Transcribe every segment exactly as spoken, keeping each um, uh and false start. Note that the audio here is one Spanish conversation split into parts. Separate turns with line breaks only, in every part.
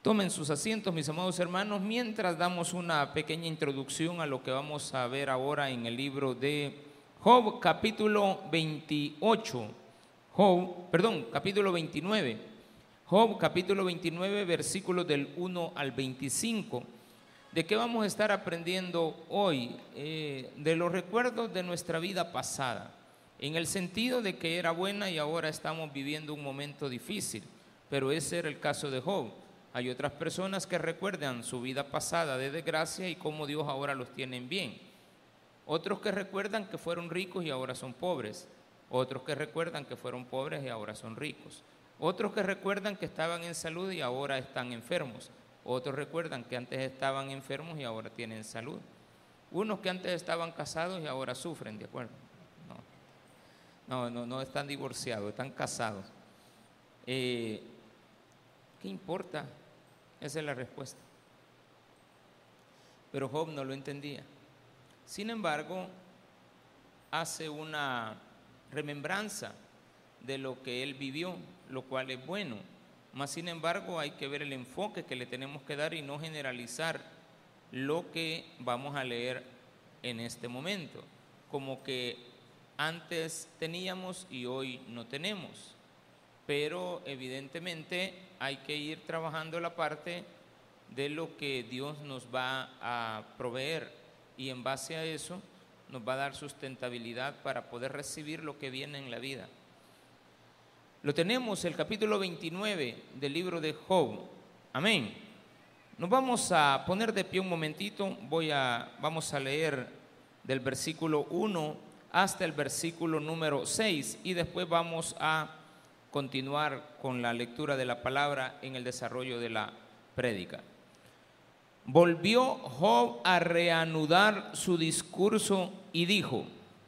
Tomen sus asientos, mis amados hermanos, mientras damos una pequeña introducción a lo que vamos a ver ahora en el libro de Job, capítulo veintiocho. Job, perdón, capítulo veintinueve. Job, capítulo veintinueve, versículos del uno al veinticinco. ¿De qué vamos a estar aprendiendo hoy? Eh, de los recuerdos de nuestra vida pasada, en el sentido de que era buena y ahora estamos viviendo un momento difícil, pero ese era el caso de Job. Hay otras personas que recuerdan su vida pasada de desgracia y cómo Dios ahora los tiene bien. Otros que recuerdan que fueron ricos y ahora son pobres. Otros que recuerdan que fueron pobres y ahora son ricos. Otros que recuerdan que estaban en salud y ahora están enfermos. Otros recuerdan que antes estaban enfermos y ahora tienen salud. Unos que antes estaban casados y ahora sufren, ¿de acuerdo? No, no, no, no están divorciados, están casados. Eh, ¿Qué importa? Esa es la respuesta. Pero Job no lo entendía. Sin embargo, hace una remembranza de lo que él vivió, lo cual es bueno. Mas, sin embargo, hay que ver el enfoque que le tenemos que dar y no generalizar lo que vamos a leer en este momento, como que antes teníamos y hoy no tenemos. Pero evidentemente hay que ir trabajando la parte de lo que Dios nos va a proveer y en base a eso nos va a dar sustentabilidad para poder recibir lo que viene en la vida. Lo tenemos, el capítulo veintinueve del libro de Job. Amén. Nos vamos a poner de pie un momentito. Voy a, vamos a leer del versículo uno hasta el versículo número seis y después vamos a continuar con la lectura de la palabra en el desarrollo de la prédica. Volvió Job a reanudar su discurso y dijo: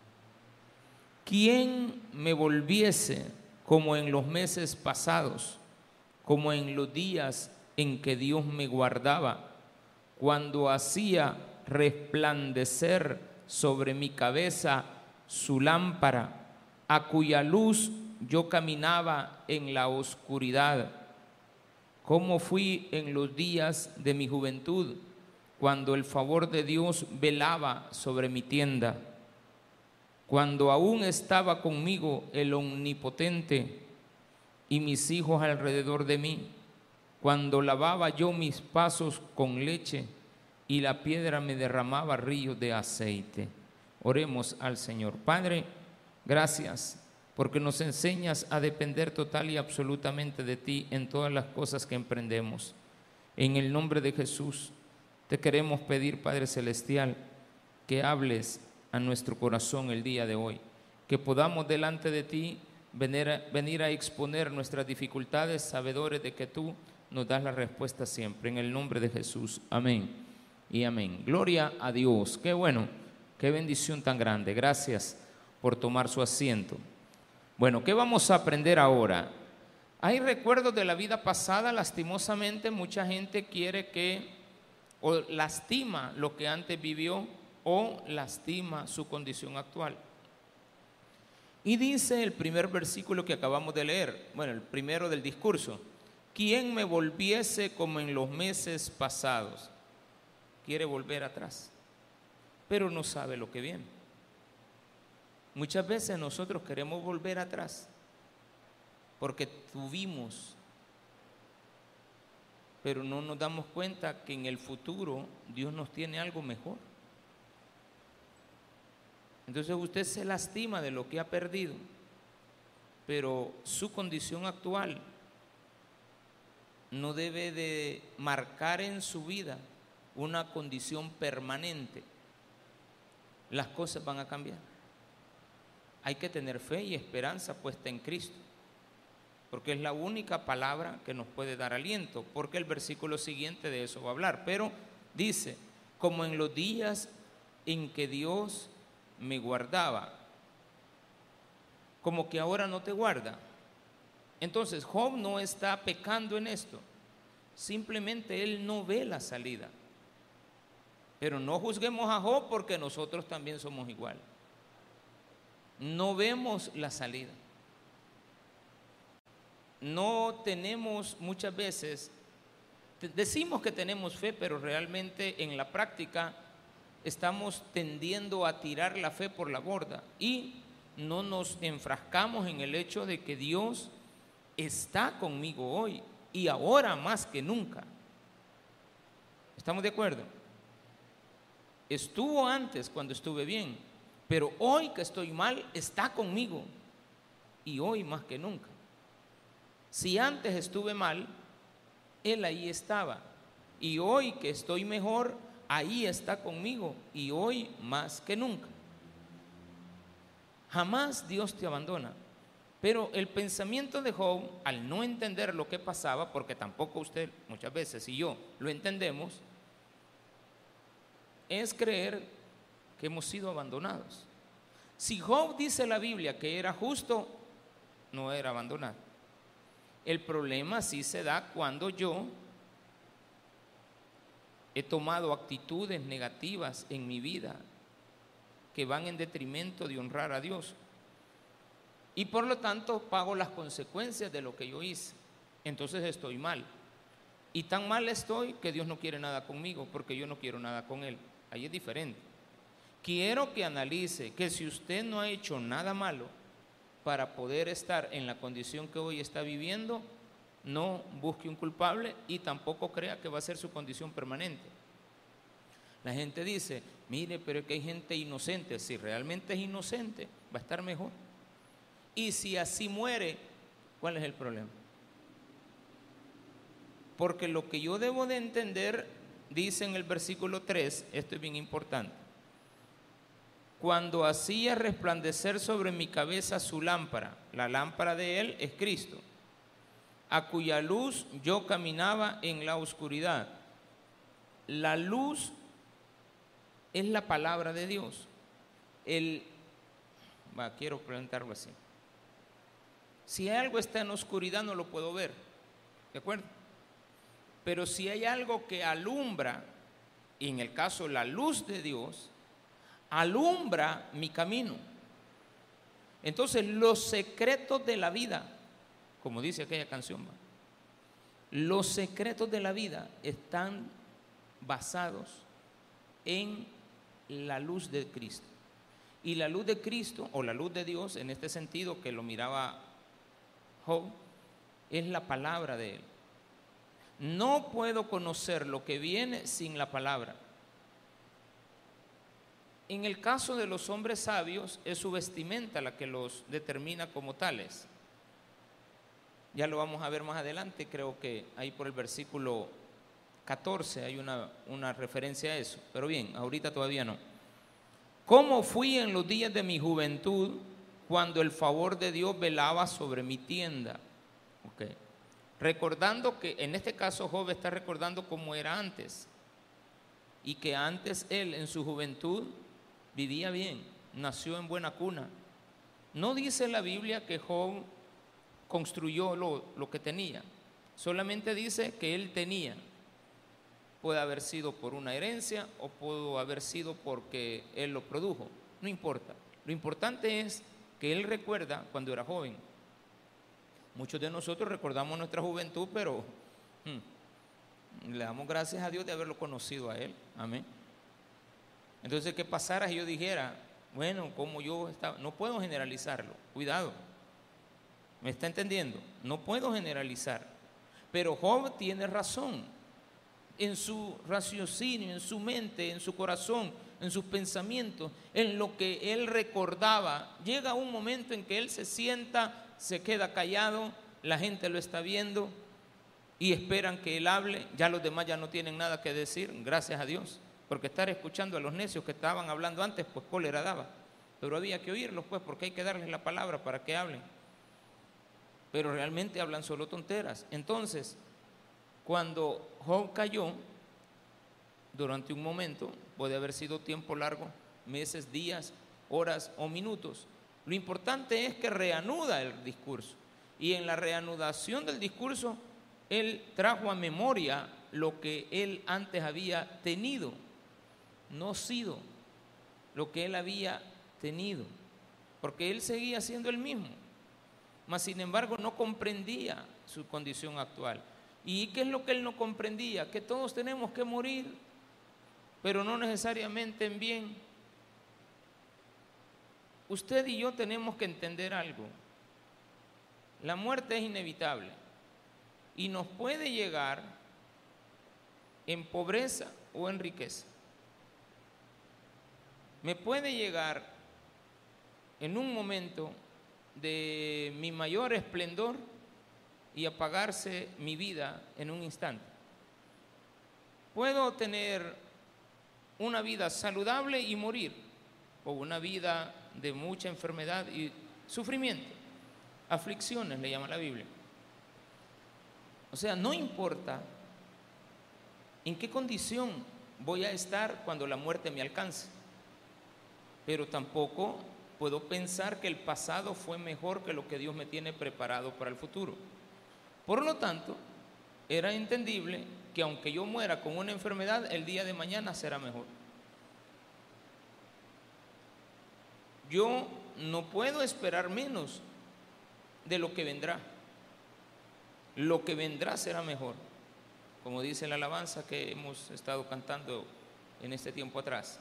¿quién me volviese como en los meses pasados, como en los días en que Dios me guardaba, cuando hacía resplandecer sobre mi cabeza su lámpara, a cuya luz yo caminaba en la oscuridad? Como fui en los días de mi juventud, cuando el favor de Dios velaba sobre mi tienda, cuando aún estaba conmigo el Omnipotente y mis hijos alrededor de mí, cuando lavaba yo mis pasos con leche y la piedra me derramaba ríos de aceite. Oremos al Señor. Padre, gracias porque nos enseñas a depender total y absolutamente de ti en todas las cosas que emprendemos. En el nombre de Jesús te queremos pedir, Padre Celestial, que hables a nuestro corazón el día de hoy, que podamos delante de ti venir a, venir a exponer nuestras dificultades, sabedores de que tú nos das la respuesta siempre. En el nombre de Jesús, amén y amén. Gloria a Dios. Qué bueno, qué bendición tan grande. Gracias por tomar su asiento. Bueno, ¿qué vamos a aprender ahora? Hay recuerdos de la vida pasada. Lastimosamente mucha gente quiere que, o lastima lo que antes vivió, o lastima su condición actual. Y dice el primer versículo que acabamos de leer, bueno, el primero del discurso: ¿quién me volviese como en los meses pasados? Quiere volver atrás, pero no sabe lo que viene. Muchas veces nosotros queremos volver atrás porque tuvimos, pero no nos damos cuenta que en el futuro Dios nos tiene algo mejor. Entonces usted se lastima de lo que ha perdido, pero su condición actual no debe de marcar en su vida una condición permanente. Las cosas van a cambiar. Hay que tener fe y esperanza puesta en Cristo, porque es la única palabra que nos puede dar aliento, porque el versículo siguiente de eso va a hablar. Pero dice: como en los días en que Dios me guardaba. Como que ahora no te guarda. Entonces Job no está pecando en esto, simplemente él no ve la salida. Pero no juzguemos a Job, porque nosotros también somos igual. No vemos la salida. No tenemos muchas veces decimos que tenemos fe, pero realmente en la práctica estamos tendiendo a tirar la fe por la borda y no nos enfrascamos en el hecho de que Dios está conmigo hoy y ahora más que nunca. ¿Estamos de acuerdo? Estuvo antes cuando estuve bien, pero hoy que estoy mal está conmigo y hoy más que nunca. Si antes estuve mal, Él ahí estaba, y hoy que estoy mejor, ahí está conmigo y hoy más que nunca. Jamás Dios te abandona. Pero el pensamiento de Job, al no entender lo que pasaba, porque tampoco usted muchas veces y yo lo entendemos, es creer que hemos sido abandonados. Si Job dice la Biblia que era justo, no era abandonado. El problema sí se da cuando yo he tomado actitudes negativas en mi vida que van en detrimento de honrar a Dios. Y por lo tanto pago las consecuencias de lo que yo hice. Entonces estoy mal. Y tan mal estoy que Dios no quiere nada conmigo porque yo no quiero nada con Él. Ahí es diferente. Quiero que analice que si usted no ha hecho nada malo para poder estar en la condición que hoy está viviendo, no busque un culpable y tampoco crea que va a ser su condición permanente. La gente dice, mire, pero es que hay gente inocente. Si realmente es inocente, va a estar mejor. Y si así muere, ¿cuál es el problema? Porque lo que yo debo de entender, dice en el versículo tres, esto es bien importante: cuando hacía resplandecer sobre mi cabeza su lámpara, la lámpara de Él es Cristo, a cuya luz yo caminaba en la oscuridad. La luz es la palabra de Dios. El, va, quiero preguntarlo así. Si algo está en oscuridad no lo puedo ver, ¿de acuerdo? Pero si hay algo que alumbra, y en el caso la luz de Dios, alumbra mi camino. Entonces los secretos de la vida, como dice aquella canción, los secretos de la vida están basados en la luz de Cristo. Y la luz de Cristo, o la luz de Dios, en este sentido que lo miraba Job, es la palabra de Él. No puedo conocer lo que viene sin la palabra. En el caso de los hombres sabios, es su vestimenta la que los determina como tales. Ya lo vamos a ver más adelante, creo que ahí por el versículo catorce hay una, una referencia a eso. Pero bien, ahorita todavía no. ¿Cómo fui en los días de mi juventud, cuando el favor de Dios velaba sobre mi tienda? Okay. Recordando que, en este caso Job está recordando cómo era antes, y que antes él en su juventud vivía bien, nació en buena cuna. No dice la Biblia que Job construyó lo, lo que tenía, solamente dice que él tenía. Puede haber sido por una herencia o pudo haber sido porque él lo produjo, no importa. Lo importante es que él recuerda cuando era joven. Muchos de nosotros recordamos nuestra juventud, pero hmm, le damos gracias a Dios de haberlo conocido a Él. Amén. Entonces, ¿qué pasara si yo dijera, bueno, como yo estaba? No puedo generalizarlo, cuidado. ¿Me está entendiendo? No puedo generalizar. Pero Job tiene razón. En su raciocinio, en su mente, en su corazón, en sus pensamientos, en lo que él recordaba, llega un momento en que él se sienta, se queda callado, la gente lo está viendo y esperan que él hable. Ya los demás ya no tienen nada que decir, gracias a Dios, porque estar escuchando a los necios que estaban hablando antes, pues cólera daba, pero había que oírlos, pues, porque hay que darles la palabra para que hablen. Pero realmente hablan solo tonteras. Entonces, cuando Job cayó, durante un momento, puede haber sido tiempo largo, meses, días, horas o minutos, lo importante es que reanuda el discurso, y en la reanudación del discurso él trajo a memoria lo que él antes había tenido, no sido, lo que él había tenido, porque él seguía siendo el mismo, mas sin embargo no comprendía su condición actual. ¿Y qué es lo que él no comprendía? Que todos tenemos que morir, pero no necesariamente en bien. Usted y yo tenemos que entender algo. La muerte es inevitable y nos puede llegar en pobreza o en riqueza. Me puede llegar en un momento de mi mayor esplendor y apagarse mi vida en un instante. Puedo tener una vida saludable y morir, o una vida de mucha enfermedad y sufrimiento, aflicciones le llama la Biblia. O sea, no importa en qué condición voy a estar cuando la muerte me alcance, pero tampoco puedo pensar que el pasado fue mejor que lo que Dios me tiene preparado para el futuro. Por lo tanto, era entendible que aunque yo muera con una enfermedad, el día de mañana será mejor. Yo no puedo esperar menos de lo que vendrá. Lo que vendrá será mejor, como dice la alabanza que hemos estado cantando en este tiempo atrás.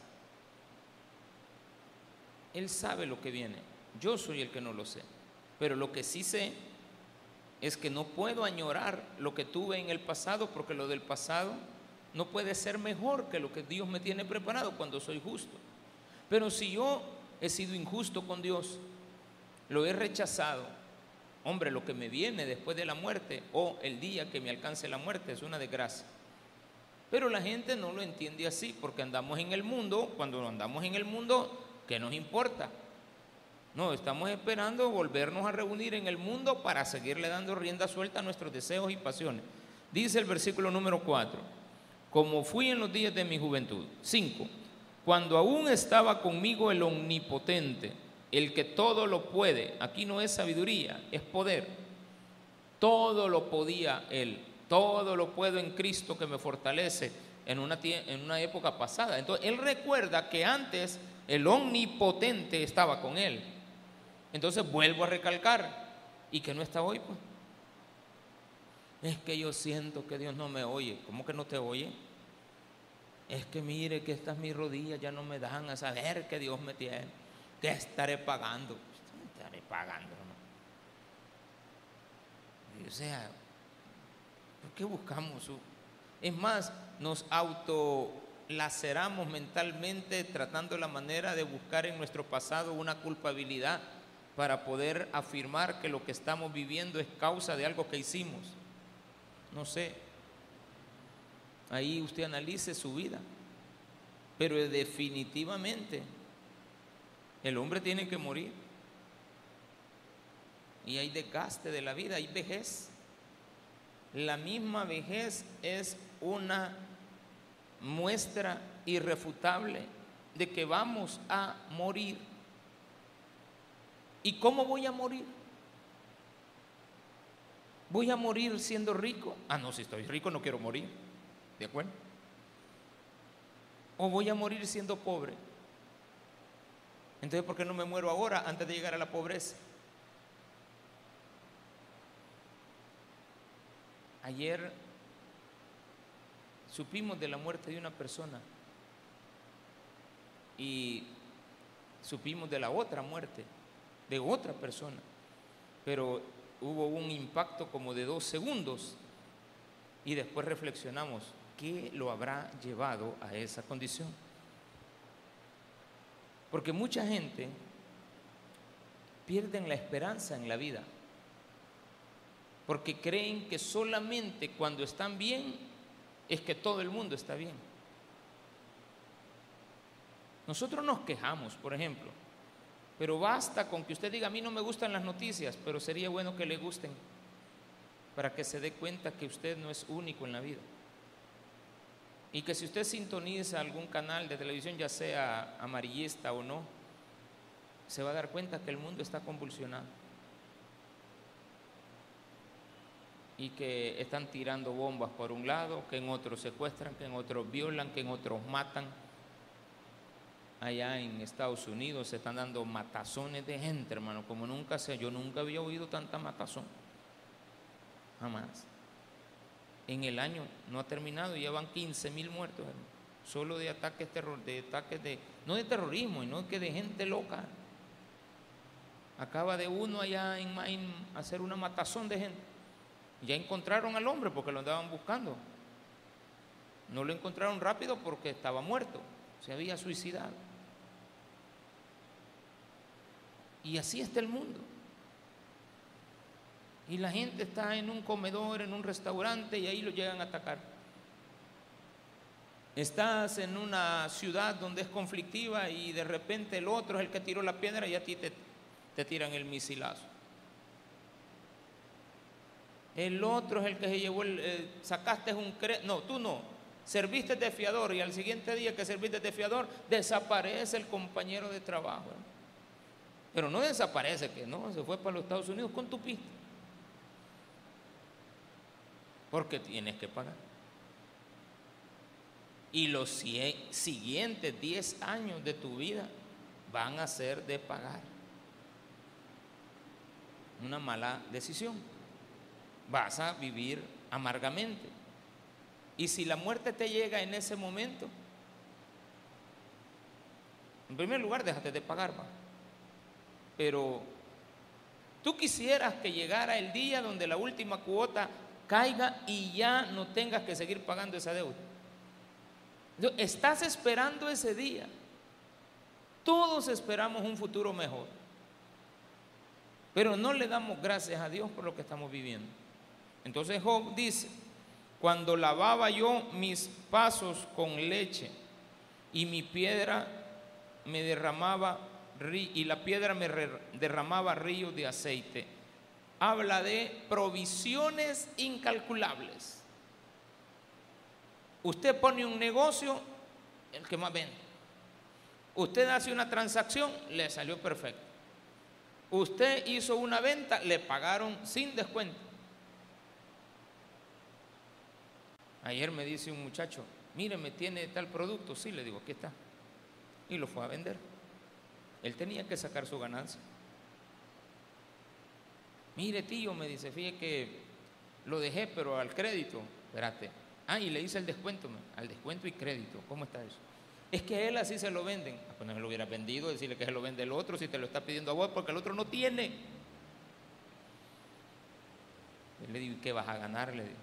Él sabe lo que viene, yo soy el que no lo sé, pero lo que sí sé es que no puedo añorar lo que tuve en el pasado, porque lo del pasado no puede ser mejor que lo que Dios me tiene preparado cuando soy justo. Pero si yo he sido injusto con Dios, lo he rechazado, hombre, lo que me viene después de la muerte o el día que me alcance la muerte es una desgracia. Pero la gente no lo entiende así, porque andamos en el mundo. Cuando andamos en el mundo, ¿qué nos importa? No, estamos esperando volvernos a reunir en el mundo para seguirle dando rienda suelta a nuestros deseos y pasiones. Dice el versículo número cuatro: como fui en los días de mi juventud. Cinco, cuando aún estaba conmigo el omnipotente, el que todo lo puede. Aquí no es sabiduría, es poder. Todo lo podía él, todo lo puedo en Cristo que me fortalece, en una, en una época pasada. Entonces él recuerda que antes el omnipotente estaba con él. Entonces vuelvo a recalcar, ¿y que no está hoy? Pues es que yo siento que Dios no me oye. ¿Cómo que no te oye? Es que mire que estas mis rodillas ya no me dan a saber que Dios me tiene. ¿Qué estaré pagando? Estaré pagando, ¿no? O sea, ¿por qué buscamos? Es más, nos autolaceramos mentalmente tratando la manera de buscar en nuestro pasado una culpabilidad para poder afirmar que lo que estamos viviendo es causa de algo que hicimos. No sé, ahí usted analice su vida, pero definitivamente el hombre tiene que morir, y hay desgaste de la vida, hay vejez. La misma vejez es una muestra irrefutable de que vamos a morir. ¿Y cómo voy a morir? ¿Voy a morir siendo rico? Ah, no, si estoy rico no quiero morir, ¿de acuerdo? ¿O voy a morir siendo pobre? Entonces, ¿por qué no me muero ahora antes de llegar a la pobreza? Ayer supimos de la muerte de una persona y supimos de la otra muerte de otra persona, pero hubo un impacto como de dos segundos y después reflexionamos, ¿qué lo habrá llevado a esa condición? Porque mucha gente pierde la esperanza en la vida, porque creen que solamente cuando están bien es que todo el mundo está bien. Nosotros nos quejamos, por ejemplo, pero basta con que usted diga, a mí no me gustan las noticias, pero sería bueno que le gusten, para que se dé cuenta que usted no es único en la vida. Y que si usted sintoniza algún canal de televisión, ya sea amarillista o no, se va a dar cuenta que el mundo está convulsionado y que están tirando bombas por un lado, que en otros secuestran, que en otros violan, que en otros matan. Allá en Estados Unidos se están dando matazones de gente, hermano, como nunca sé. Yo nunca había oído tanta matazón, jamás. en el año no ha terminado, ya van quince mil muertos, hermano, solo de ataques, terror, de ataques de, no de terrorismo, sino que de gente loca. Acaba de uno allá en Maine hacer una matazón de gente. Ya encontraron al hombre porque lo andaban buscando. No lo encontraron rápido porque estaba muerto, se había suicidado. Y así está el mundo. Y la gente está en un comedor, en un restaurante, y ahí lo llegan a atacar. Estás en una ciudad donde es conflictiva y de repente el otro es el que tiró la piedra y a ti te, te tiran el misilazo. El otro es el que se llevó el, eh, sacaste un crédito, no, tú no, serviste de fiador y al siguiente día que serviste de fiador desaparece el compañero de trabajo. ¿eh? Pero no desaparece, que no, se fue para los Estados Unidos con tu pista. Porque tienes que pagar. Y los siguientes diez años de tu vida van a ser de pagar. Una mala decisión. Vas a vivir amargamente. Y si la muerte te llega en ese momento, en primer lugar, déjate de pagar, va. Pero tú quisieras que llegara el día donde la última cuota caiga y ya no tengas que seguir pagando esa deuda. Estás esperando ese día. Todos esperamos un futuro mejor, pero no le damos gracias a Dios por lo que estamos viviendo. Entonces Job dice: cuando lavaba yo mis pasos con leche y mi piedra me derramaba y la piedra me derramaba ríos de aceite. Habla de provisiones incalculables. Usted pone un negocio, el que más vende. Usted hace una transacción, le salió perfecto. Usted hizo una venta, le pagaron sin descuento. Ayer me dice un muchacho: mire, me tiene tal producto. Sí, le digo, aquí está. Y lo fue a vender. Él tenía que sacar su ganancia. Mire, tío, me dice, fíjate que lo dejé, pero al crédito. Espérate. Ah, y le hice el descuento, al descuento y crédito. ¿Cómo está eso? Es que a él así se lo venden. Ah, pues no se lo hubiera vendido, decirle que se lo vende el otro si te lo está pidiendo a vos, porque el otro no tiene. Y le digo, ¿y qué vas a ganar? Le digo.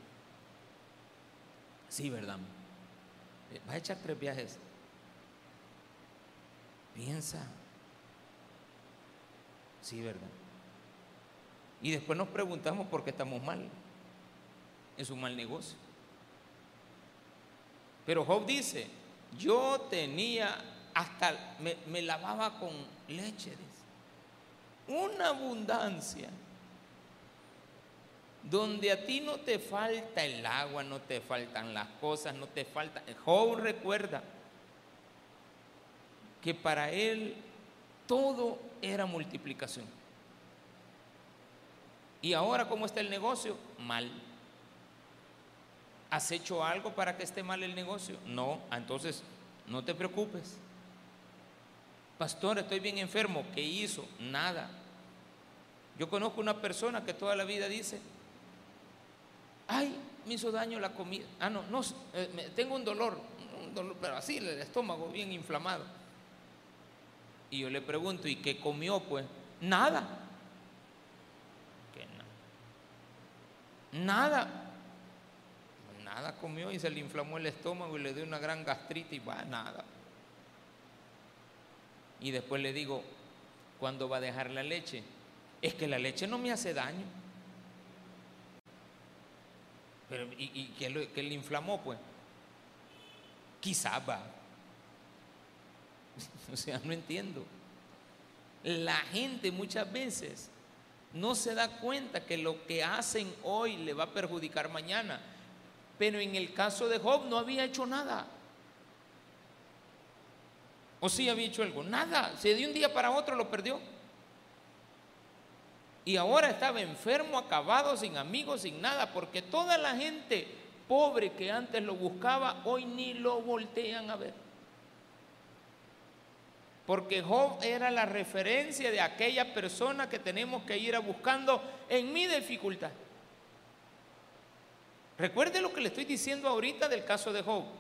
Sí, ¿verdad? Vas a echar tres viajes. Piensa. Sí, ¿verdad? Y después nos preguntamos por qué estamos mal. Es un mal negocio. Pero Job dice: yo tenía hasta, me, me lavaba con leche, dice. Una abundancia. Donde a ti no te falta el agua, no te faltan las cosas, no te falta. Job recuerda que para él todo era multiplicación. Y ahora, ¿cómo está el negocio? Mal. ¿Has hecho algo para que esté mal el negocio? No. Entonces, no te preocupes. Pastor, estoy bien enfermo. ¿Qué hizo? Nada. Yo conozco una persona que toda la vida dice: ay, me hizo daño la comida. Ah, no, no, eh, tengo un dolor, un dolor, pero así, el estómago bien inflamado. Y yo le pregunto: ¿y qué comió? Pues nada. ¿Qué nada? Nada. Nada comió y se le inflamó el estómago y le dio una gran gastritis y va, nada. Y después le digo: ¿cuándo va a dejar la leche? Es que la leche no me hace daño. Pero, ¿y, y qué, lo, qué le inflamó? Pues quizás va. O sea, no entiendo. La gente muchas veces no se da cuenta que lo que hacen hoy le va a perjudicar mañana. Pero en el caso de Job no había hecho nada. ¿O sí había hecho algo? Nada. Se de un día para otro lo perdió. Y ahora estaba enfermo, acabado, sin amigos, sin nada, porque toda la gente pobre que antes lo buscaba, hoy ni lo voltean a ver. Porque Job era la referencia de aquella persona que tenemos que ir a buscando en mi dificultad. Recuerde lo que le estoy diciendo ahorita del caso de Job.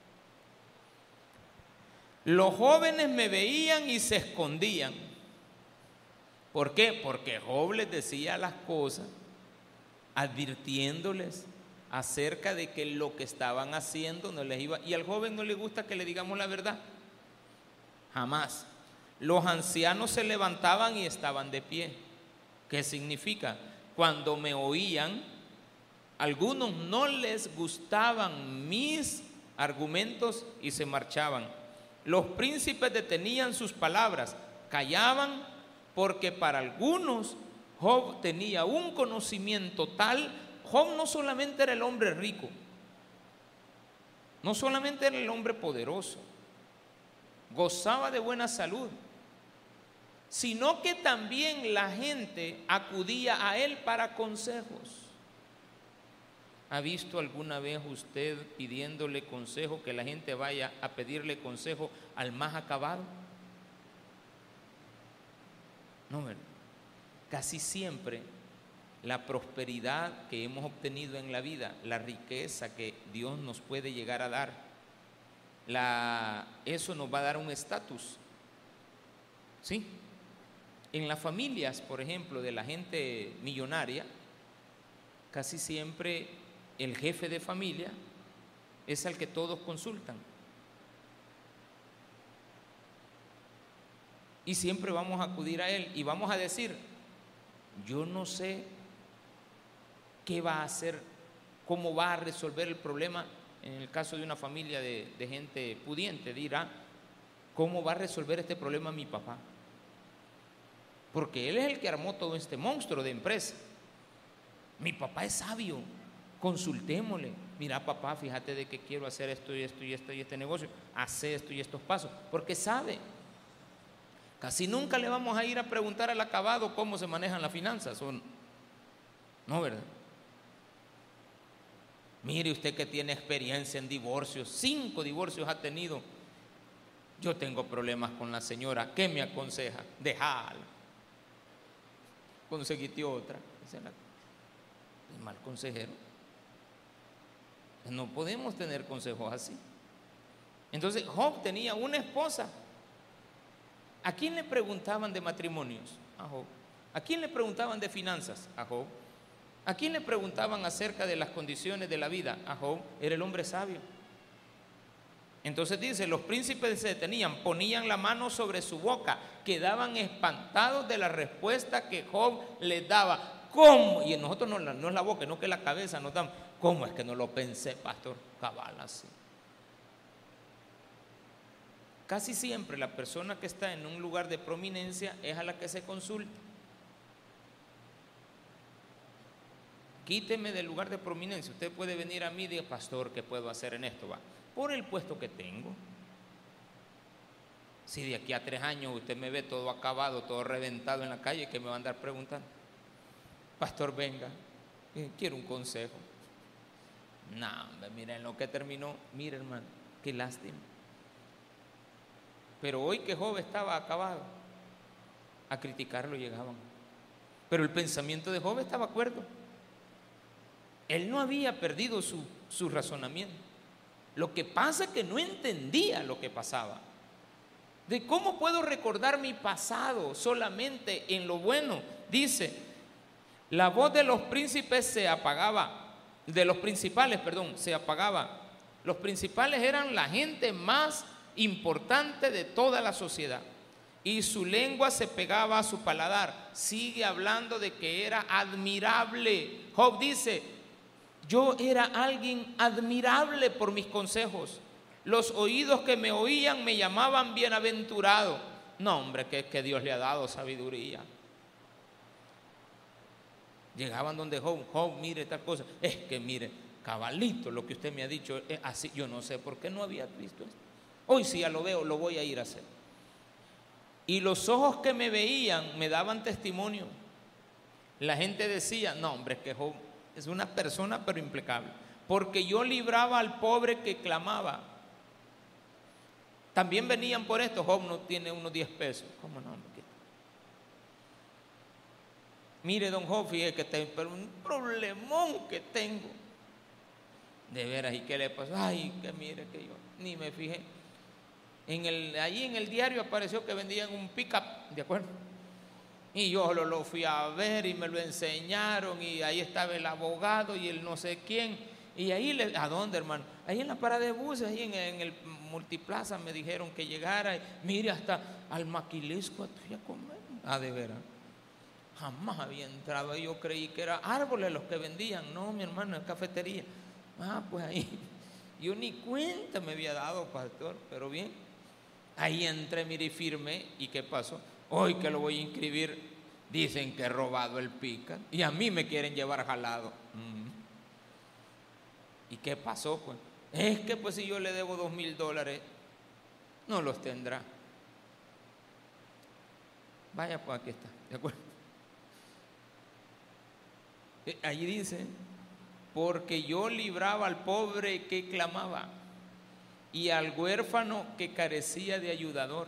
Los jóvenes me veían y se escondían. ¿Por qué? Porque Job les decía las cosas, advirtiéndoles acerca de que lo que estaban haciendo no les iba. Y al joven no le gusta que le digamos la verdad. Jamás. Los ancianos se levantaban y estaban de pie. ¿Qué significa? Cuando me oían, algunos no les gustaban mis argumentos y se marchaban. Los príncipes detenían sus palabras, callaban, porque para algunos Job tenía un conocimiento tal. Job no solamente era el hombre rico, no solamente era el hombre poderoso, gozaba de buena salud, sino que también la gente acudía a él para consejos. ¿Ha visto alguna vez usted pidiéndole consejo, que la gente vaya a pedirle consejo al más acabado? No, ¿verdad? Casi siempre la prosperidad que hemos obtenido en la vida, la riqueza que Dios nos puede llegar a dar, la, eso nos va a dar un estatus, ¿sí? En las familias, por ejemplo, de la gente millonaria, casi siempre el jefe de familia es al que todos consultan. Y siempre vamos a acudir a él y vamos a decir: yo no sé qué va a hacer, cómo va a resolver el problema. En el caso de una familia de, de gente pudiente, dirá: ¿cómo va a resolver este problema mi papá? Porque él es el que armó todo este monstruo de empresa. Mi papá es sabio, consultémosle. Mira, papá, fíjate de que quiero hacer esto y esto y esto y este negocio, hace esto y estos pasos, porque sabe. Casi nunca le vamos a ir a preguntar al acabado cómo se manejan las finanzas, ¿o no? No, ¿verdad? Mire usted que tiene experiencia en divorcios, cinco divorcios ha tenido. Yo tengo problemas con la señora, ¿qué me aconseja? Déjala, conseguiste otra. Es mal consejero. No podemos tener consejos así. Entonces Job tenía una esposa. ¿A quién le preguntaban de matrimonios? A Job. ¿A quién le preguntaban de finanzas? A Job. ¿A quién le preguntaban acerca de las condiciones de la vida? A Job. Era el hombre sabio. Entonces dice: los príncipes se detenían, ponían la mano sobre su boca, quedaban espantados de la respuesta que Job les daba. ¿Cómo? Y nosotros no, no es la boca, no que la cabeza nos damos. ¿Cómo es que no lo pensé, pastor? Cabal, así. Casi siempre la persona que está en un lugar de prominencia es a la que se consulta. Quíteme del lugar de prominencia. Usted puede venir a mí y decir: pastor, ¿qué puedo hacer en esto? Va, por el puesto que tengo. Si de aquí a tres años usted me ve todo acabado, todo reventado en la calle, ¿qué me va a andar preguntando? Pastor, venga, quiero un consejo. No, mira, en lo que terminó, mira, hermano, qué lástima. Pero hoy que Job estaba acabado, a criticarlo llegaban. Pero el pensamiento de Job estaba acuerdo. Él no había perdido su, su razonamiento. Lo que pasa es que no entendía lo que pasaba. De cómo puedo recordar mi pasado solamente en lo bueno. Dice: la voz de los príncipes se apagaba, de los principales, perdón, se apagaba. Los principales eran la gente más importante de toda la sociedad, y su lengua se pegaba a su paladar. Sigue hablando de que era admirable. Job dice: yo era alguien admirable por mis consejos. Los oídos que me oían me llamaban bienaventurado. No, hombre, que, que Dios le ha dado sabiduría. Llegaban donde Job: Job, mire tal cosa. Es que mire, cabalito, lo que usted me ha dicho es así. Yo no sé por qué no había visto esto. Hoy sí ya lo veo, lo voy a ir a hacer. Y los ojos que me veían me daban testimonio. La gente decía: no, hombre, es que Job es una persona pero impecable, porque yo libraba al pobre que clamaba. También venían por esto: Job no tiene unos diez pesos. ¿Cómo no? Mire, don Job, fíjate que tengo pero un problemón que tengo. De veras, ¿y qué le pasó? Ay, que mire que yo ni me fijé. En el, ahí en el diario apareció que vendían un pick-up, ¿de acuerdo? Y yo lo, lo fui a ver y me lo enseñaron, y ahí estaba el abogado y el no sé quién. Y ahí, le, ¿a dónde, hermano? Ahí en la parada de buses, ahí en, en el Multiplaza, me dijeron que llegara. Y, mire, hasta al Maquilisco fui a comer. Ah, de veras. Jamás había entrado. Yo creí que eran árboles los que vendían. No, mi hermano, es cafetería. Ah, pues ahí. Yo ni cuenta me había dado, pastor, pero bien. Ahí entré, mire, y firmé. ¿Y qué pasó? Hoy que lo voy a inscribir, dicen que he robado el pica y a mí me quieren llevar jalado. Mm. ¿Y qué pasó, pues? Es que pues si yo le debo dos mil dólares, no los tendrá. Vaya, pues aquí está, ¿de acuerdo? Allí dice, porque yo libraba al pobre que clamaba y al huérfano que carecía de ayudador.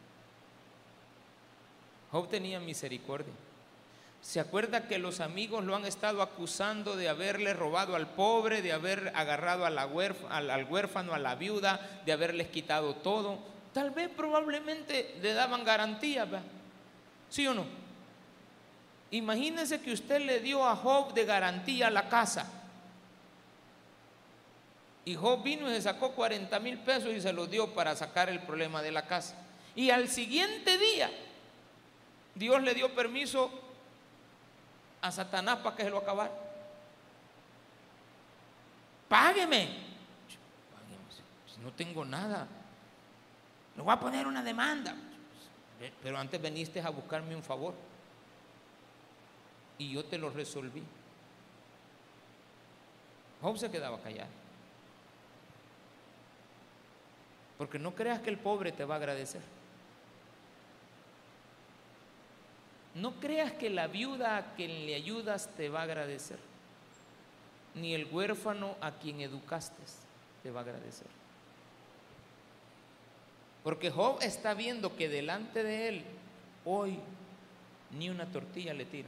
Job tenía misericordia. ¿Se acuerda que los amigos lo han estado acusando de haberle robado al pobre, de haber agarrado a la huérf- al, al huérfano, a la viuda, de haberles quitado todo? Tal vez probablemente le daban garantía, ¿verdad? ¿Sí o no? Imagínese que usted le dio a Job de garantía la casa. Y Job vino y se sacó cuarenta mil pesos y se los dio para sacar el problema de la casa. Y al siguiente día, Dios le dio permiso a Satanás para que se lo acabara. Págueme. Págueme, no tengo nada. Le voy a poner una demanda. Pero antes viniste a buscarme un favor y yo te lo resolví. Job se quedaba callado. Porque no creas que el pobre te va a agradecer. No creas que la viuda a quien le ayudas te va a agradecer, ni el huérfano a quien educaste te va a agradecer. Porque Job está viendo que delante de él hoy ni una tortilla le tira.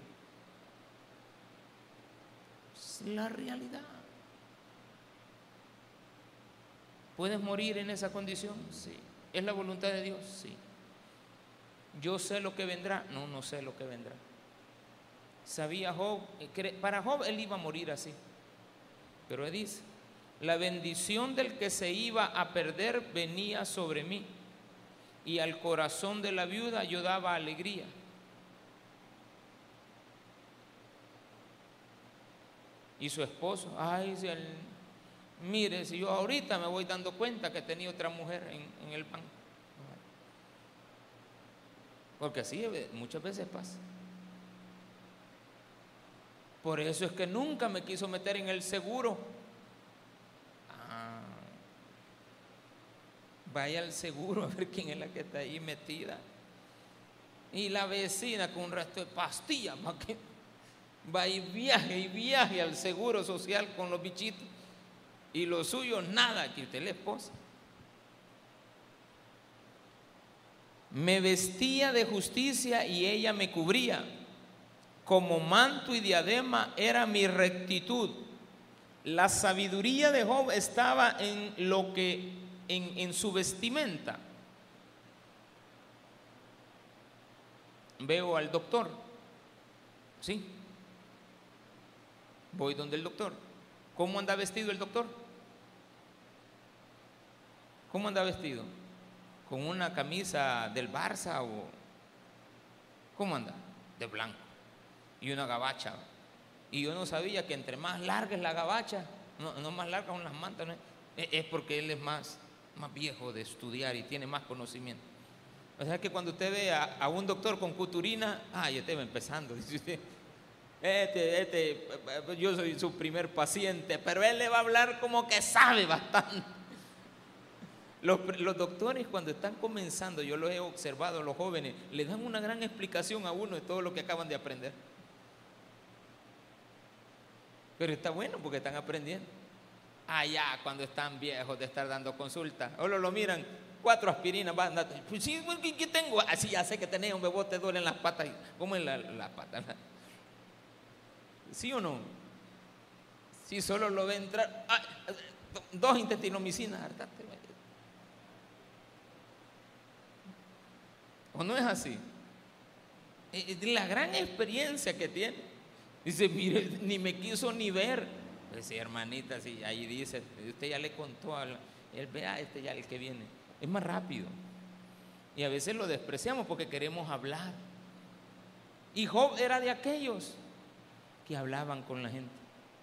Es la realidad. ¿Puedes morir en esa condición? Sí. ¿Es la voluntad de Dios? Sí. ¿Yo sé lo que vendrá? No, no sé lo que vendrá. Sabía Job, para Job él iba a morir así. Pero él dice, la bendición del que se iba a perder venía sobre mí, y al corazón de la viuda yo daba alegría. Y su esposo, ay, si él, mire, si yo ahorita me voy dando cuenta que tenía otra mujer en, en el banco. Porque así muchas veces pasa. Por eso es que nunca me quiso meter en el seguro. Ah, vaya al seguro a ver quién es la que está ahí metida. Y la vecina con un resto de pastillas, ¿para qué? Va y viaje y viaje al seguro social con los bichitos. Y lo suyo nada, que usted es la esposa. Me vestía de justicia y ella me cubría. Como manto y diadema era mi rectitud. La sabiduría de Job estaba en lo que en, en su vestimenta. Veo al doctor, ¿sí? Voy donde el doctor. ¿Cómo anda vestido el doctor? ¿Cómo anda vestido? ¿Con una camisa del Barça o cómo anda? De blanco y una gabacha. Y yo no sabía que entre más larga es la gabacha, no, no más larga son las mantas, ¿no? es, es porque él es más, más viejo de estudiar y tiene más conocimiento. O sea que cuando usted ve a, a un doctor con cuturina, ah, ya te va empezando, dice usted, este, este, yo soy su primer paciente, pero él le va a hablar como que sabe bastante. Los, los doctores cuando están comenzando, yo lo he observado, los jóvenes, le dan una gran explicación a uno de todo lo que acaban de aprender. Pero está bueno porque están aprendiendo. Allá cuando están viejos de estar dando consulta, o lo, lo miran, cuatro aspirinas, van a, pues sí, ¿qué tengo? Así ya sé que tenés un bebé, te duelen las patas. ¿Cómo es la, la pata? ¿Sí o no? Si solo lo ve entrar, ah, dos intestinomicinas, hartate. ¿O no es así? Es la gran experiencia que tiene. Dice, mire, ni me quiso ni ver. Dice, hermanita, sí, ahí dice, usted ya le contó, a la, él vea, este ya el que viene. Es más rápido. Y a veces lo despreciamos porque queremos hablar. Y Job era de aquellos que hablaban con la gente.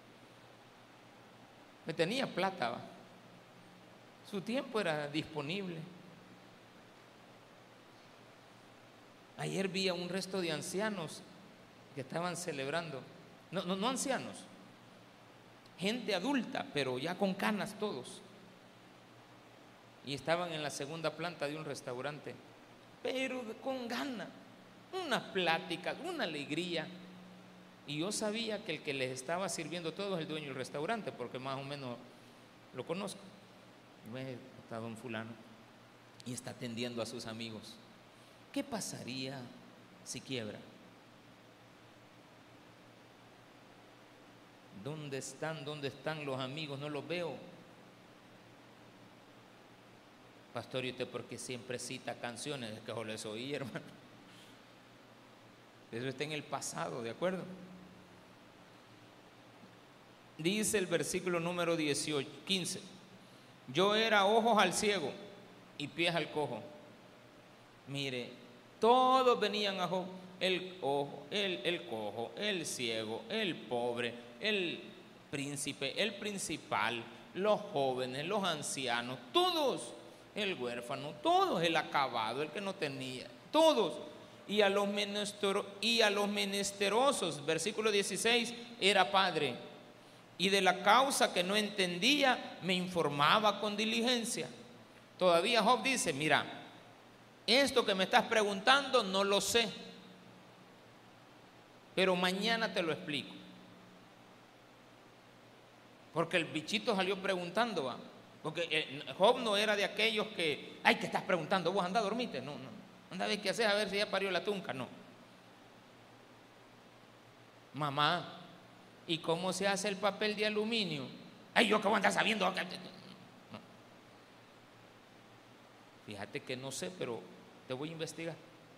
Me tenía plata, ¿va? Su tiempo era disponible. Ayer vi a un resto de ancianos que estaban celebrando, no, no, no ancianos, gente adulta, pero ya con canas todos. Y estaban en la segunda planta de un restaurante, pero con ganas, unas pláticas, una alegría. Y yo sabía que el que les estaba sirviendo todo es el dueño del restaurante, porque más o menos lo conozco. Está don fulano y está atendiendo a sus amigos. ¿Qué pasaría si quiebra? ¿Dónde están? ¿Dónde están los amigos? No los veo. Pastor, ¿y usted por qué siempre cita canciones? Es que yo les oí, hermano. Eso está en el pasado, ¿de acuerdo? Dice el versículo número dieciocho, quince. Yo era ojos al ciego y pies al cojo. Mire, todos venían a Job, el ojo, el, el cojo, el ciego, el pobre, el príncipe, el principal, los jóvenes, los ancianos, todos, el huérfano, todos, el acabado, el que no tenía, todos. Y a los menester, y a los menesterosos, versículo dieciséis, era padre. Y de la causa que no entendía, me informaba con diligencia. Todavía Job dice, mira, esto que me estás preguntando no lo sé, pero mañana te lo explico. Porque el bichito salió preguntando, ¿va? Porque Job no era de aquellos que, ay, ¿qué estás preguntando? Vos anda a dormirte. No, no, anda a ver qué haces, a ver si ya parió la tunca. No. Mamá, ¿y cómo se hace el papel de aluminio? Ay, yo que voy a andar sabiendo. No. Fíjate que no sé, pero te voy a investigar.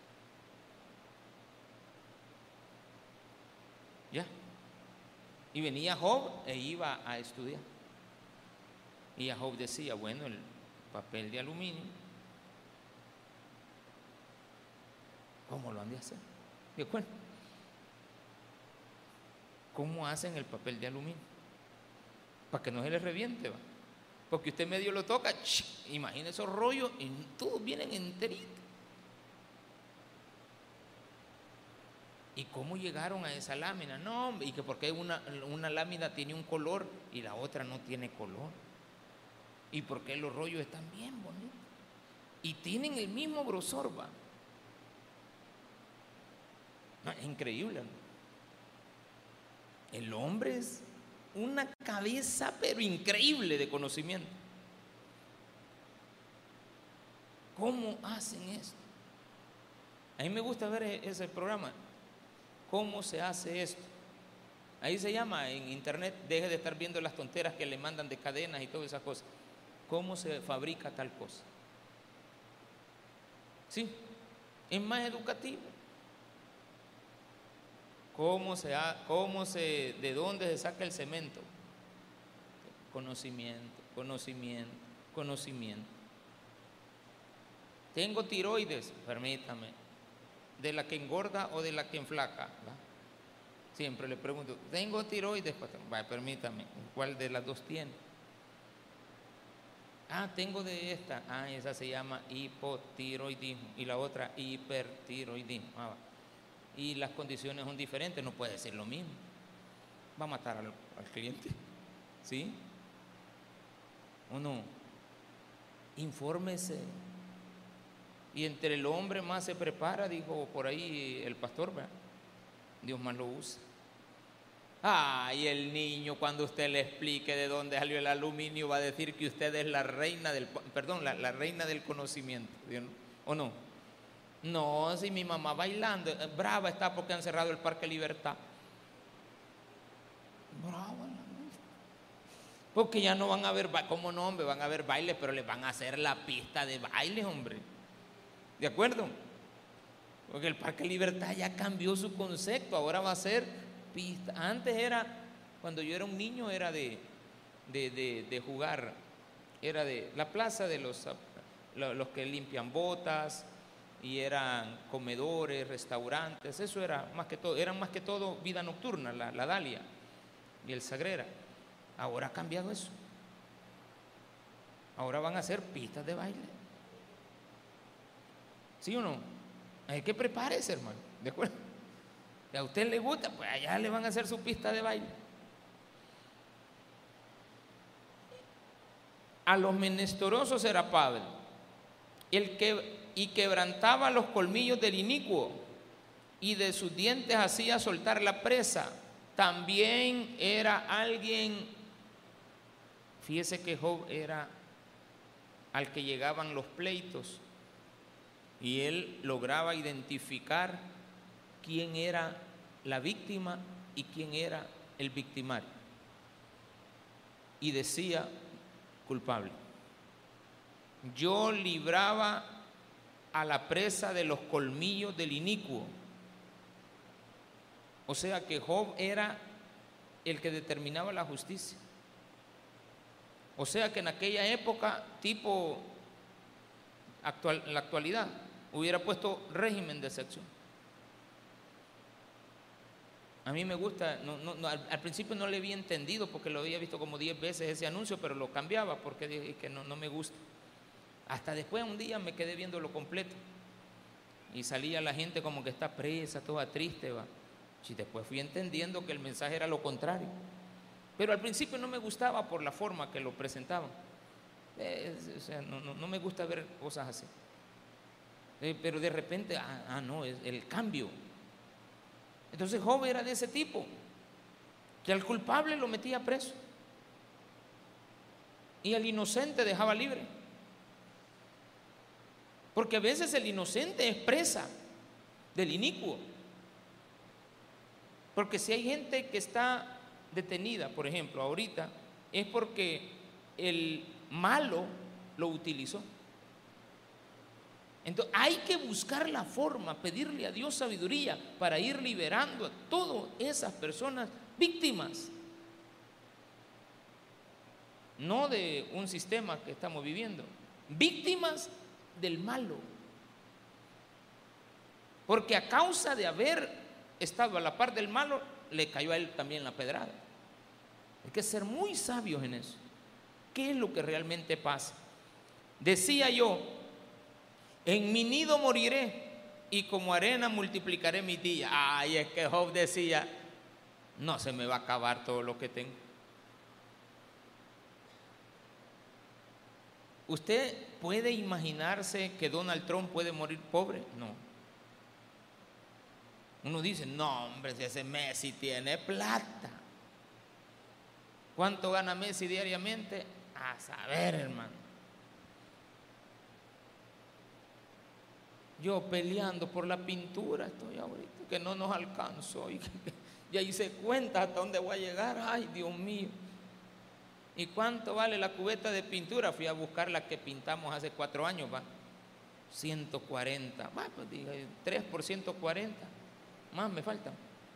Ya. Y venía Job e iba a estudiar. Y a Job decía, bueno, el papel de aluminio, ¿cómo lo han de hacer? ¿De acuerdo? ¿Cómo hacen el papel de aluminio? Para que no se les reviente, ¿va? Porque usted medio lo toca, imagina esos rollos y todos vienen enteritos. ¿Y cómo llegaron a esa lámina? No, y que porque una, una lámina tiene un color y la otra no tiene color. ¿Y por qué los rollos están bien bonitos? Y tienen el mismo grosor, ¿va? No, es increíble, ¿no? El hombre es una cabeza pero increíble de conocimiento. ¿Cómo hacen esto? A mí me gusta ver ese programa. ¿Cómo se hace esto? Ahí se llama en internet, deje de estar viendo las tonteras que le mandan de cadenas y todas esas cosas. ¿Cómo se fabrica tal cosa? Sí, es más educativo. ¿Cómo se, ha, cómo se, de dónde se saca el cemento? Conocimiento, conocimiento, conocimiento. Tengo tiroides, permítame, ¿de la que engorda o de la que enflaca? ¿Va? Siempre le pregunto, tengo tiroides, va, permítame, ¿cuál de las dos tiene? Ah, tengo de esta, ah, esa se llama hipotiroidismo y la otra hipertiroidismo. Ah, va. Y las condiciones son diferentes, no puede ser lo mismo. Va a matar al, al cliente, ¿sí? ¿O no? Infórmese. Y entre el hombre más se prepara, dijo por ahí el pastor, ¿verdad? Dios más lo usa. Ay, el niño, cuando usted le explique de dónde salió el aluminio, va a decir que usted es la reina del, perdón, la, la reina del conocimiento, ¿o no? No, si mi mamá bailando, brava está porque han cerrado el Parque Libertad. Brava. Porque ya no van a haber, ¿cómo no, hombre? Van a haber bailes, pero les van a hacer la pista de baile, hombre. ¿De acuerdo? Porque el Parque Libertad ya cambió su concepto, ahora va a ser pista. Antes era, cuando yo era un niño, era de, de, de, de jugar, era de la plaza de los, los que limpian botas, y eran comedores, restaurantes, eso era más que todo, eran más que todo vida nocturna, la, la Dalia y el Sagrera. Ahora ha cambiado eso. Ahora van a ser pistas de baile. ¿Sí o no? Hay que prepararse, hermano. ¿De acuerdo? Si a usted le gusta, pues allá le van a hacer su pista de baile. A los menesterosos era Pablo, el que y quebrantaba los colmillos del inicuo, y de sus dientes hacía soltar la presa. También era alguien, fíjese que Job era al que llegaban los pleitos, y él lograba identificar quién era la víctima y quién era el victimario, y decía: culpable. Yo libraba a la presa de los colmillos del inicuo. O sea que Job era el que determinaba la justicia. O sea que en aquella época, tipo actual, en la actualidad, hubiera puesto régimen de excepción. A mí me gusta, no, no, no, al, al principio no le había entendido porque lo había visto como diez veces ese anuncio, pero lo cambiaba porque dije que no, no me gusta. Hasta después un día me quedé viéndolo completo y salía la gente como que está presa, toda triste, va. Y después fui entendiendo que el mensaje era lo contrario, pero al principio no me gustaba por la forma que lo presentaban. Eh, o sea, no, no, no me gusta ver cosas así. Eh, pero de repente, ah, ah no, es el cambio. Entonces Job era de ese tipo, que al culpable lo metía preso y al inocente dejaba libre. Porque a veces el inocente es presa del inicuo. Porque si hay gente que está detenida, por ejemplo, ahorita, es porque el malo lo utilizó. Entonces hay que buscar la forma, pedirle a Dios sabiduría para ir liberando a todas esas personas víctimas. No de un sistema que estamos viviendo, víctimas del malo, porque a causa de haber estado a la par del malo, le cayó a él también la pedrada. Hay que ser muy sabios en eso. ¿Qué es lo que realmente pasa? Decía yo: en mi nido moriré y como arena multiplicaré mis días. Ay, es que Job decía: no se me va a acabar todo lo que tengo. ¿Usted puede imaginarse que Donald Trump puede morir pobre? No. Uno dice: no, hombre, si ese Messi tiene plata. ¿Cuánto gana Messi diariamente? A saber, hermano. Yo peleando por la pintura estoy ahorita, que no nos alcanzo. Y ya hice cuenta hasta dónde voy a llegar. Ay, Dios mío. ¿Y cuánto vale la cubeta de pintura? Fui a buscar la que pintamos hace cuatro años, va. ciento cuarenta. Va, pues dije, tres por ciento cuarenta. Más me faltan.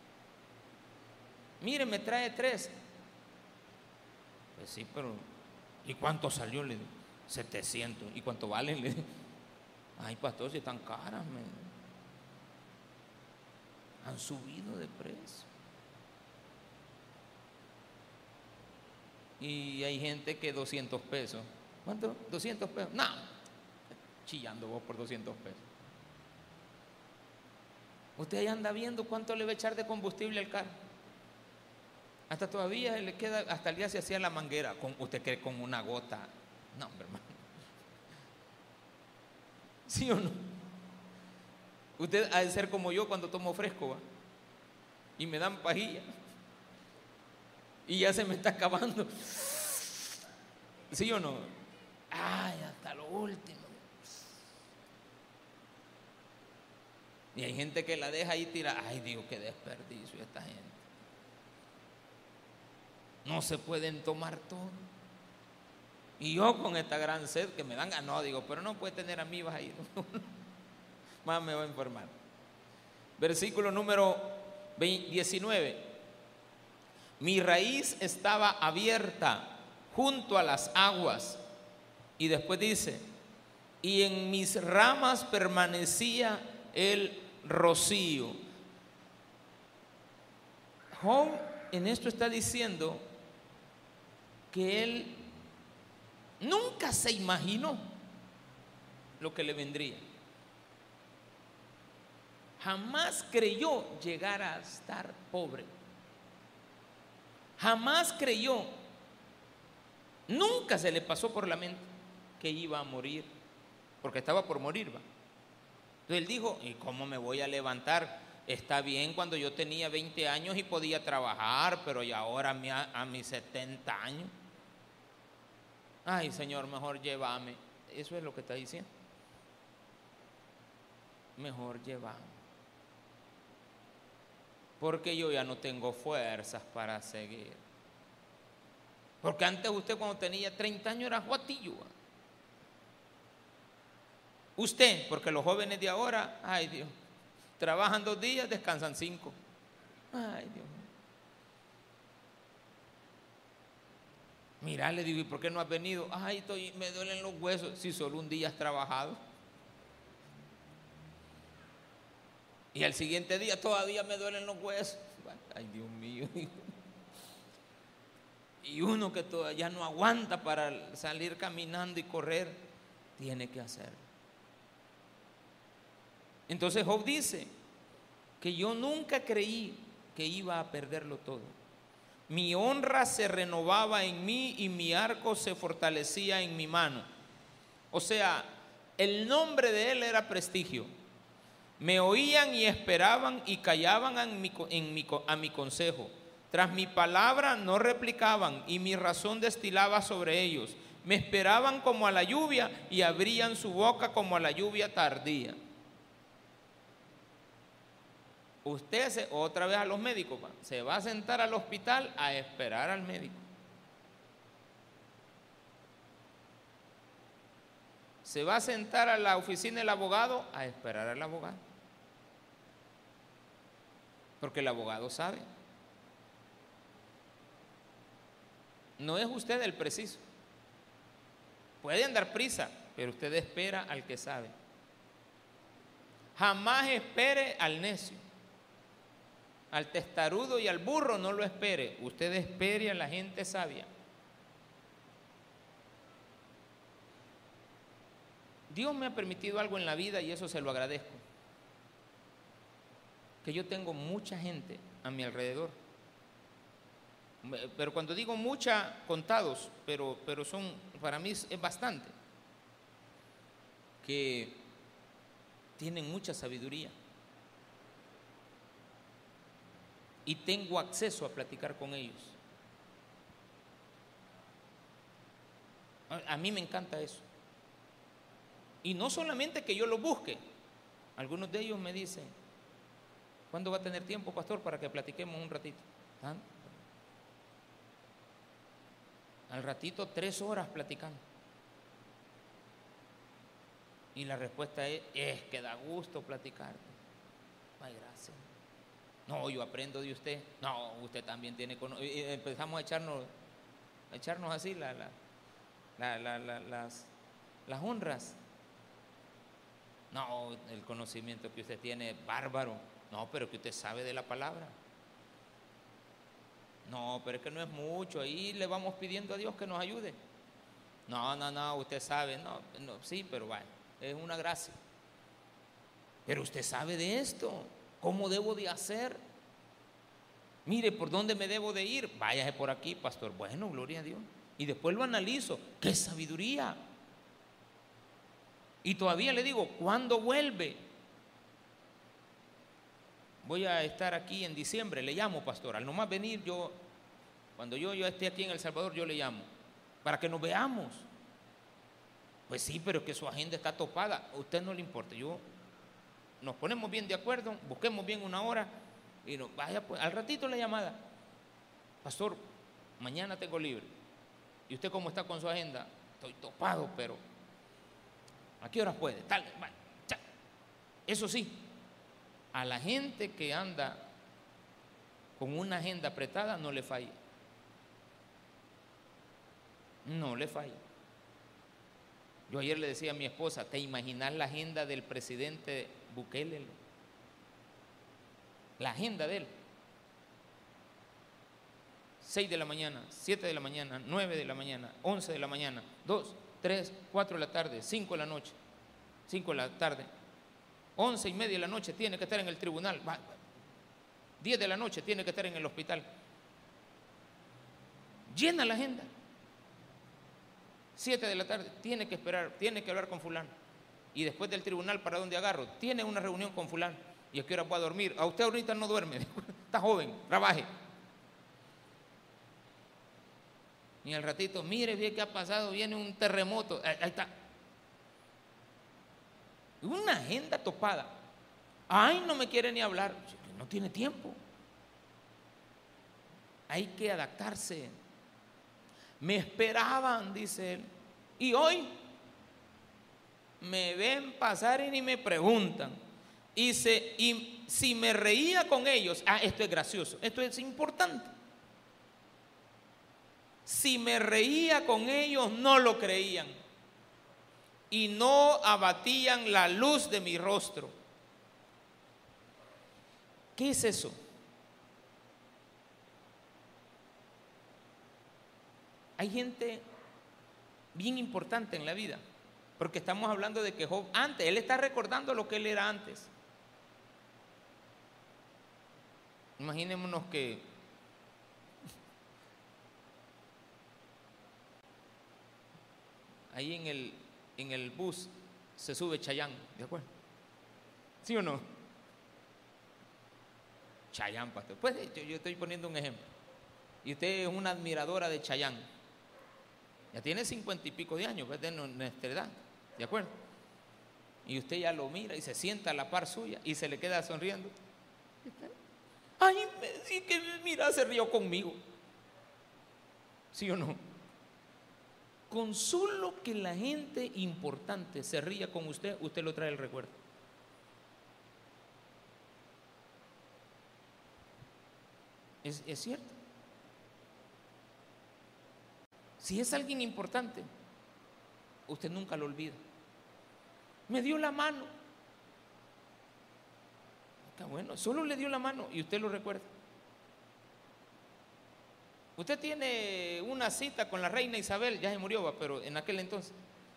Mire, me trae tres. Pues sí, pero ¿y cuánto salió? Le digo, setecientos. ¿Y cuánto valen? Le digo, ay, pastor, si están caras, me han subido de precio. Y hay gente que doscientos pesos. ¿Cuánto? doscientos pesos. No, chillando vos por doscientos pesos. Usted ahí anda viendo cuánto le va a echar de combustible al carro. Hasta todavía le queda, hasta el día se hacía la manguera. Con, ¿usted cree con una gota? No, hombre, hermano. ¿Sí o no? Usted ha de ser como yo cuando tomo fresco, ¿va? Y me dan pajilla. Y ya se me está acabando. ¿Sí o no? Ay, hasta lo último. Y hay gente que la deja ahí tirada. Ay, digo, qué desperdicio esta gente. No se pueden tomar todo. Y yo con esta gran sed que me dan, no, digo, pero no puede tener amibas ahí. Más me voy a informar. Versículo número diecinueve. Mi raíz estaba abierta junto a las aguas. Y después dice, y en mis ramas permanecía el rocío. Job en esto está diciendo que él nunca se imaginó lo que le vendría. Jamás creyó llegar a estar pobre. Jamás creyó, nunca se le pasó por la mente que iba a morir, porque estaba por morir, ¿va? Entonces él dijo, ¿y cómo me voy a levantar? Está bien cuando yo tenía veinte años y podía trabajar, pero y ahora a, mi, a mis setenta años. Ay, Señor, mejor llévame. Eso es lo que está diciendo. Mejor llévame. Porque yo ya no tengo fuerzas para seguir. Porque antes usted cuando tenía treinta años era guatillo. Usted, porque los jóvenes de ahora, ay Dios, trabajan dos días, descansan cinco. Ay Dios mío. Mira, le digo, ¿y por qué no has venido? Ay, estoy, me duelen los huesos. Si solo un día has trabajado. Y al siguiente día todavía me duelen los huesos. Ay, Dios mío. Y uno que todavía no aguanta para salir caminando y correr, tiene que hacerlo. Entonces Job dice que yo nunca creí que iba a perderlo todo. Mi honra se renovaba en mí y mi arco se fortalecía en mi mano. O sea, el nombre de él era prestigio. Me oían y esperaban y callaban en mi, en mi, a mi consejo. Tras mi palabra no replicaban y mi razón destilaba sobre ellos. Me esperaban como a la lluvia y abrían su boca como a la lluvia tardía. Usted se, otra vez a los médicos, se va a sentar al hospital a esperar al médico. Se va a sentar a la oficina del abogado a esperar al abogado. Porque el abogado sabe. No es usted el preciso. Puede andar prisa, pero usted espera al que sabe. Jamás espere al necio. Al testarudo y al burro no lo espere. Usted espere a la gente sabia. Dios me ha permitido algo en la vida y eso se lo agradezco. Que yo tengo mucha gente a mi alrededor. Pero cuando digo mucha, contados, pero, pero son, para mí es bastante. Que tienen mucha sabiduría. Y tengo acceso a platicar con ellos. A, a mí me encanta eso. Y no solamente que yo los busque. Algunos de ellos me dicen, ¿cuándo va a tener tiempo, pastor, para que platiquemos un ratito? ¿Ah? Al ratito, tres horas platicando. Y la respuesta es, es que da gusto platicar. Ay, gracias. No, yo aprendo de usted. No, usted también tiene conocimiento. Y empezamos a echarnos, a echarnos así la, la, la, la, la, las, las honras. No, el conocimiento que usted tiene es bárbaro. No, pero que usted sabe de la palabra. No, pero es que no es mucho. Ahí le vamos pidiendo a Dios que nos ayude. No, no, no, usted sabe. No, no, sí, pero vaya, es una gracia. Pero usted sabe de esto. ¿Cómo debo de hacer? Mire, ¿por dónde me debo de ir? Váyase por aquí, pastor. Bueno, gloria a Dios. Y después lo analizo. ¡Qué sabiduría! Y todavía le digo, ¿cuándo vuelve? Voy a estar aquí en diciembre, le llamo, pastor. Al nomás venir yo, cuando yo, yo esté aquí en El Salvador, yo le llamo. Para que nos veamos. Pues sí, pero es que su agenda está topada. A usted no le importa. Yo, nos ponemos bien de acuerdo, busquemos bien una hora y nos vaya, pues, al ratito la llamada. Pastor, mañana tengo libre. ¿Y usted cómo está con su agenda? estoy topado, pero ¿a qué horas puede? Tal, vale, cha. Eso sí, a la gente que anda con una agenda apretada no le falla. No le falla. Yo ayer le decía a mi esposa, ¿te imaginas la agenda del presidente Bukele? La agenda de él. seis de la mañana, siete de la mañana, nueve de la mañana, once de la mañana, dos, tres, cuatro de la tarde, cinco de la noche, cinco de la tarde, once y media de la noche tiene que estar en el tribunal, diez de la noche tiene que estar en el hospital. Llena la agenda. siete de la tarde tiene que esperar, tiene que hablar con fulano. Y después del tribunal, ¿para dónde agarro? Tiene una reunión con fulano. ¿Y a qué hora va a dormir? A usted ahorita no duerme, está joven, trabaje. Y al ratito, mire bien qué ha pasado, viene un terremoto, ahí está. Una agenda topada. Ay, no me quiere ni hablar, no tiene tiempo. Hay que adaptarse. Me esperaban, dice él, y hoy me ven pasar y ni me preguntan. Y, se, y si me reía con ellos, ah, esto es gracioso, esto es importante. Si me reía con ellos, no lo creían y no abatían la luz de mi rostro. ¿Qué es eso? Hay gente bien importante en la vida, porque estamos hablando de que Job antes, él está recordando lo que él era antes. Imaginémonos que ahí en el, en el bus se sube Chayanne, ¿de acuerdo? ¿Sí o no? Chayanne, pastor. Pues yo, yo estoy poniendo un ejemplo. Y usted es una admiradora de Chayanne. Ya tiene cincuenta y pico de años, pues de nuestra edad, ¿de acuerdo? Y usted ya lo mira y se sienta a la par suya y se le queda sonriendo. Ay, sí que mira, se rió conmigo. ¿Sí o no? Con solo que la gente importante se ría con usted, usted lo trae el recuerdo. Es, es cierto. Si es alguien importante, usted nunca lo olvida. Me dio la mano. Está bueno, solo le dio la mano y usted lo recuerda. Usted tiene una cita con la reina Isabel, ya se murió, pero en aquel entonces.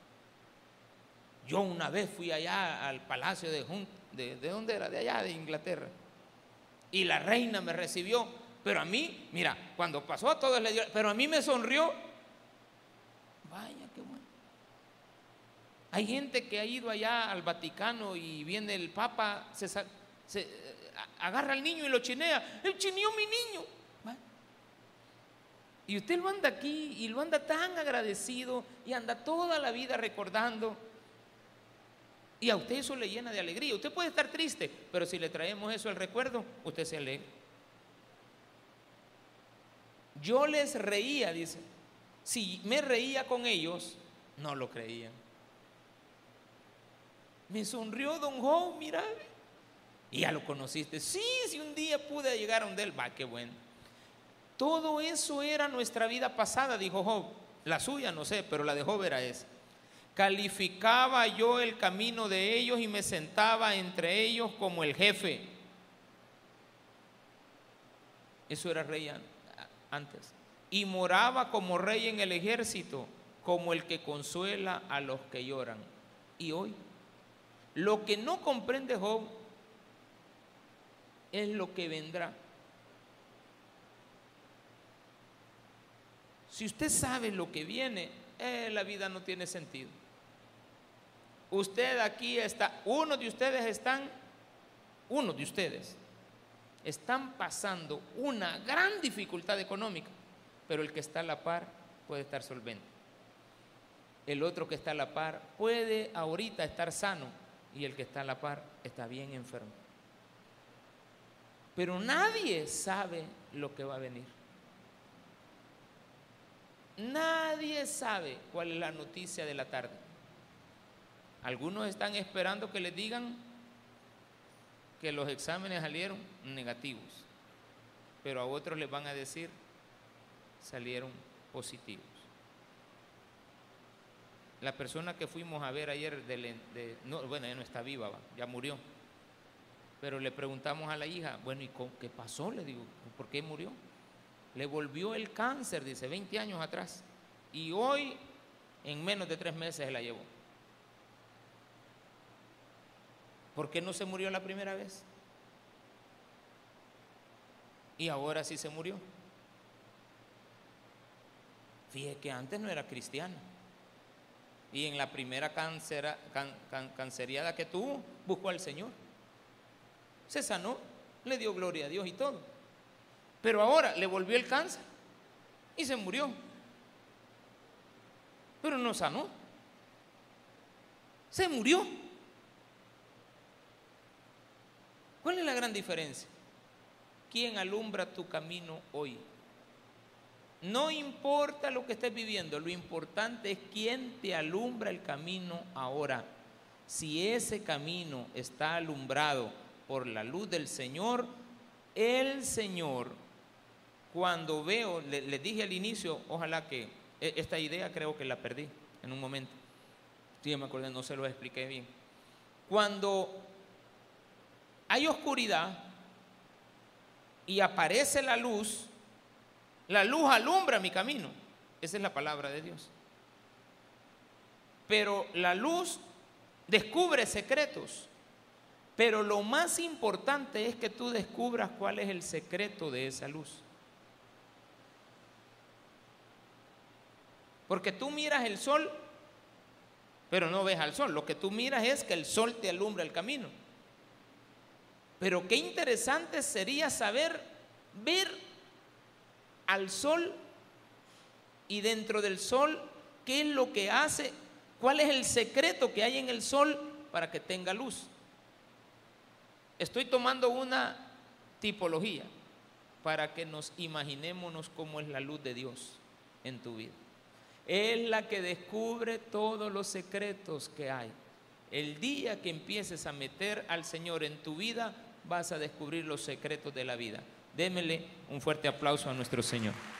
Yo una vez fui allá al palacio de, de, ¿de dónde era? De allá, de Inglaterra. Y la reina me recibió, pero a mí, mira, cuando pasó a todos le dio, pero a mí me sonrió. Vaya, qué bueno. Hay gente que ha ido allá al Vaticano y viene el Papa, se, se agarra al niño y lo chinea. Él chineó mi niño. ¿Va? Y usted lo anda aquí y lo anda tan agradecido y anda toda la vida recordando. Y a usted eso le llena de alegría. Usted puede estar triste, pero si le traemos eso al recuerdo, usted se alegra. Yo les reía, dice. Si me reía con ellos, no lo creían. Me sonrió don Job, mira. Y ya lo conociste. Sí, si un día pude llegar a donde él, va, qué bueno. Todo eso era nuestra vida pasada, dijo Job. La suya no sé, pero la de Job era esa. Calificaba yo el camino de ellos y me sentaba entre ellos como el jefe. Eso era rey antes. Y moraba como rey en el ejército, como el que consuela a los que lloran. Y hoy, lo que no comprende Job es lo que vendrá. Si usted sabe lo que viene, eh, la vida no tiene sentido. Usted aquí está, uno de ustedes están, uno de ustedes están pasando una gran dificultad económica, pero el que está a la par puede estar solvente. El otro que está a la par puede ahorita estar sano y el que está a la par está bien enfermo. Pero nadie sabe lo que va a venir. Nadie sabe cuál es la noticia de la tarde. Algunos están esperando que les digan que los exámenes salieron negativos, pero a otros les van a decir salieron positivos. La persona que fuimos a ver ayer, de, de, no, bueno, ya no está viva, ya murió, pero le preguntamos a la hija, bueno, ¿y qué pasó? Le digo, ¿por qué murió? Le volvió el cáncer, dice, veinte años atrás, y hoy en menos de tres meses se la llevó. ¿Por qué no se murió la primera vez? Y ahora sí se murió. Fíjese que antes no era cristiana. Y en la primera cancera, can, can, canceriada que tuvo, buscó al Señor. Se sanó, le dio gloria a Dios y todo. Pero ahora le volvió el cáncer y se murió. Pero no sanó. Se murió. ¿Cuál es la gran diferencia? ¿Quién alumbra tu camino hoy? No importa lo que estés viviendo, lo importante es quién te alumbra el camino ahora. Si ese camino está alumbrado por la luz del Señor, el Señor, cuando veo, les le dije al inicio, ojalá que, esta idea creo que la perdí en un momento. Sí, me acordé, no se lo expliqué bien. Cuando hay oscuridad y aparece la luz, la luz alumbra mi camino. Esa es la palabra de Dios. Pero la luz descubre secretos. Pero lo más importante es que tú descubras cuál es el secreto de esa luz. Porque tú miras el sol, pero no ves al sol. Lo que tú miras es que el sol te alumbra el camino. Pero qué interesante sería saber, ver al sol y dentro del sol qué es lo que hace, cuál es el secreto que hay en el sol para que tenga luz. Estoy tomando una tipología para que nos imaginémonos cómo es la luz de Dios en tu vida. Es la que descubre todos los secretos que hay. El día que empieces a meter al Señor en tu vida, vas a descubrir los secretos de la vida. Démele un fuerte aplauso a nuestro Señor.